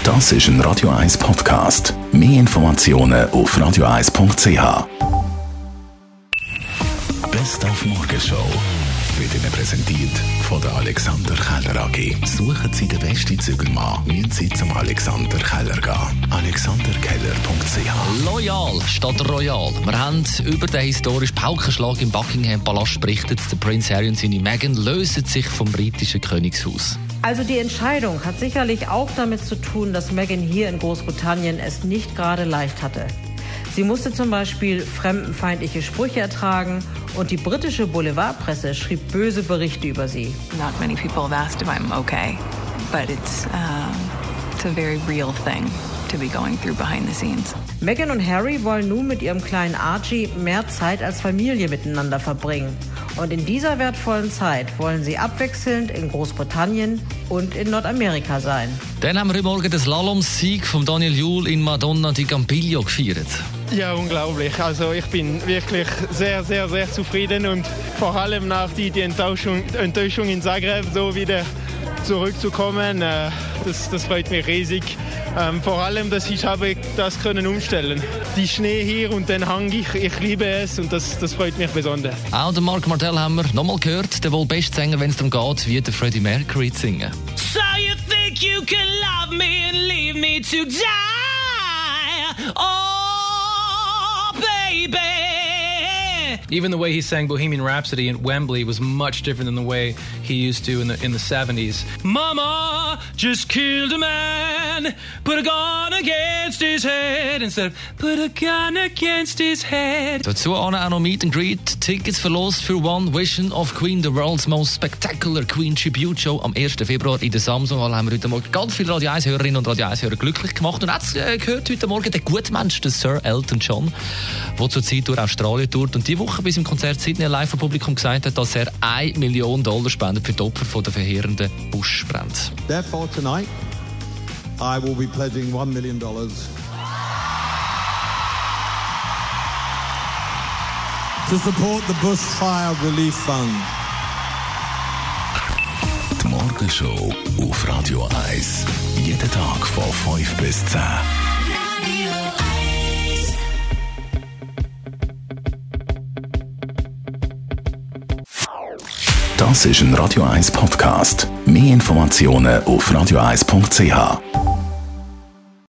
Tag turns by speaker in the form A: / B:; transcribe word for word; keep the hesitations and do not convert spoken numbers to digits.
A: Das ist ein Radio eins Podcast. Mehr Informationen auf radio eins punkt c h. Best auf Morgenshow wird Ihnen präsentiert von der Alexander Keller A G. Suchen Sie den besten Zügelmann, müssen Sie zum Alexander Keller gehen. alexander keller punkt c h.
B: Loyal statt Royal. Wir haben über den historischen Paukenschlag im Buckingham Palast berichtet. Der Prince Harry und seine Meghan lösen sich vom britischen Königshaus.
C: Also die Entscheidung hat sicherlich auch damit zu tun, dass Meghan hier in Großbritannien es nicht gerade leicht hatte. Sie musste zum Beispiel fremdenfeindliche Sprüche ertragen und die britische Boulevardpresse schrieb böse Berichte über sie.
D: Not many people have asked if I'm okay, but it's, um, it's a very real thing to be going through behind the scenes.
C: Meghan und Harry wollen nun mit ihrem kleinen Archie mehr Zeit als Familie miteinander verbringen. Und in dieser wertvollen Zeit wollen sie abwechselnd in Großbritannien und in Nordamerika sein.
B: Dann haben wir heute Morgen den Slalom-Sieg von Daniel Juhl in Madonna di Campiglio gefeiert.
E: Ja, unglaublich. Also ich bin wirklich sehr, sehr, sehr zufrieden und vor allem nach die, die Enttäuschung, Enttäuschung in Zagreb so wieder zurückzukommen, äh, das, das freut mich riesig. Ähm, vor allem, dass ich habe das können umstellen. Die Schnee hier und den Hang, ich, ich liebe es und das, das freut mich besonders.
B: Auch den Marc Martel haben wir nochmal gehört, der wohl Bestsänger, wenn es darum geht, wie der Freddie Mercury zu singen.
F: So you think you can love me and leave me to die? Oh, baby.
G: Even the way he sang Bohemian Rhapsody at Wembley was much different than the way he used to in the in the seventies. Mama just killed a man, put a gun against his head instead of put a gun against his head.
B: Dazu auch noch Meet and Greet, Tickets verlost für One Vision of Queen, the world's most spectacular Queen Tribute Show am ersten Februar in der Samsung. Haben wir heute Morgen ganz viele Radio eins Hörerinnen und Radio eins Hörer glücklich gemacht. Und jetzt äh, gehört heute Morgen der Gutmensch, der Sir Elton John, der zurzeit durch Australien tourt und die Woche bis im Konzert Sydney live vom Publikum gesagt hat, dass er eine Million Dollar spendet für die Opfer von der verheerenden Buschbrände.
H: Therefore tonight, I will be pledging one million dollars to support the Bushfire Relief Fund.
A: Die Morgenshow auf Radio eins. Jeden Tag von fünf bis zehn. Das ist ein Radio eins Podcast. Mehr Informationen auf radio eins punkt c h.